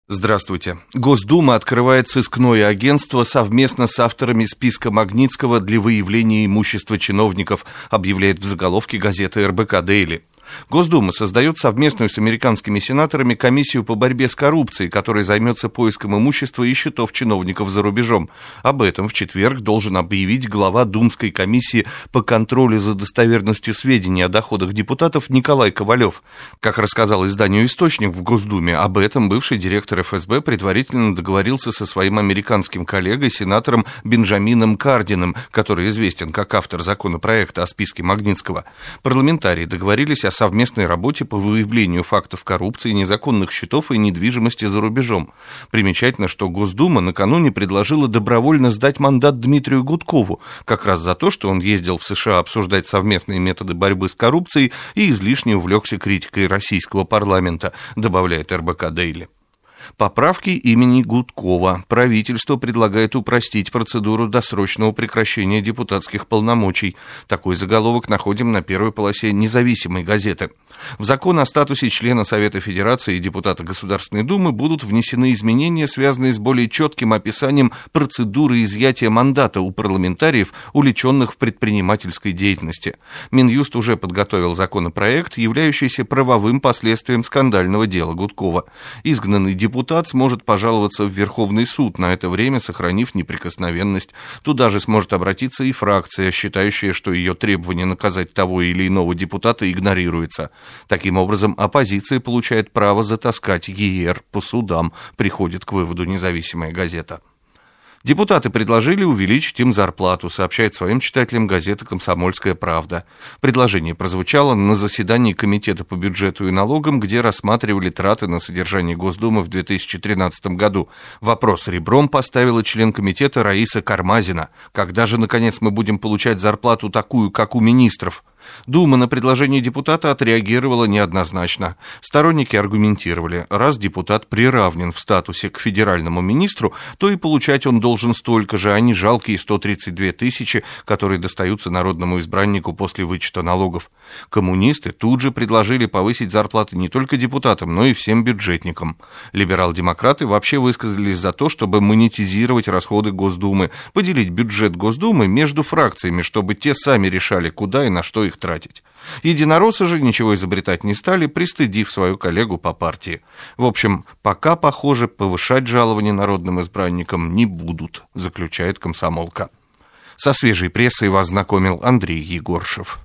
Здравствуйте. Госдума открывает сыскное агентство совместно с авторами списка Магнитского для выявления имущества чиновников, объявляет в заголовке газеты РБК Дейли. Госдума создает совместную с американскими сенаторами комиссию по борьбе с коррупцией, которая займется поиском имущества и счетов чиновников за рубежом. Об этом в четверг должен объявить глава Думской комиссии по контролю за достоверностью сведений о доходах депутатов Николай Ковалев. Как рассказал изданию «Источник» в Госдуме, об этом бывший директор ФСБ предварительно договорился со своим американским коллегой, сенатором Бенджамином Кардином, который известен как автор законопроекта о списке Магнитского. Парламентарии договорились о совместной работе по выявлению фактов коррупции, незаконных счетов и недвижимости за рубежом. Примечательно, что Госдума накануне предложила добровольно сдать мандат Дмитрию Гудкову, как раз за то, что он ездил в США обсуждать совместные методы борьбы с коррупцией и излишне увлекся критикой российского парламента, добавляет РБК Дейли. Поправки имени Гудкова. Правительство предлагает упростить процедуру досрочного прекращения депутатских полномочий. Такой заголовок находим на первой полосе независимой газеты. В закон о статусе члена Совета Федерации и депутата Государственной Думы будут внесены изменения, связанные с более четким описанием процедуры изъятия мандата у парламентариев, увлеченных в предпринимательской деятельности. Минюст уже подготовил законопроект, являющийся правовым последствием скандального дела Гудкова. Изгнанный депутат сможет пожаловаться в Верховный суд, на это время сохранив неприкосновенность. Туда же сможет обратиться и фракция, считающая, что ее требование наказать того или иного депутата игнорируется. Таким образом, оппозиция получает право затаскать ЕР по судам, приходит к выводу независимая газета. Депутаты предложили увеличить им зарплату, сообщает своим читателям газета «Комсомольская правда». Предложение прозвучало на заседании Комитета по бюджету и налогам, где рассматривали траты на содержание Госдумы в 2013 году. Вопрос ребром поставила член комитета Раиса Кармазина. Когда же, наконец, мы будем получать зарплату такую, как у министров? Дума на предложение депутата отреагировала неоднозначно. Сторонники аргументировали, раз депутат приравнен в статусе к федеральному министру, то и получать он должен столько же, а не жалкие 132 тысячи, которые достаются народному избраннику после вычета налогов. Коммунисты тут же предложили повысить зарплаты не только депутатам, но и всем бюджетникам. Либерал-демократы вообще высказались за то, чтобы монетизировать расходы Госдумы, поделить бюджет Госдумы между фракциями, чтобы те сами решали, куда и на что их тратить. Единороссы же ничего изобретать не стали, пристыдив свою коллегу по партии. В общем, пока, похоже, повышать жалования народным избранникам не будут, заключает комсомолка. Со свежей прессой вас знакомил Андрей Егоршев.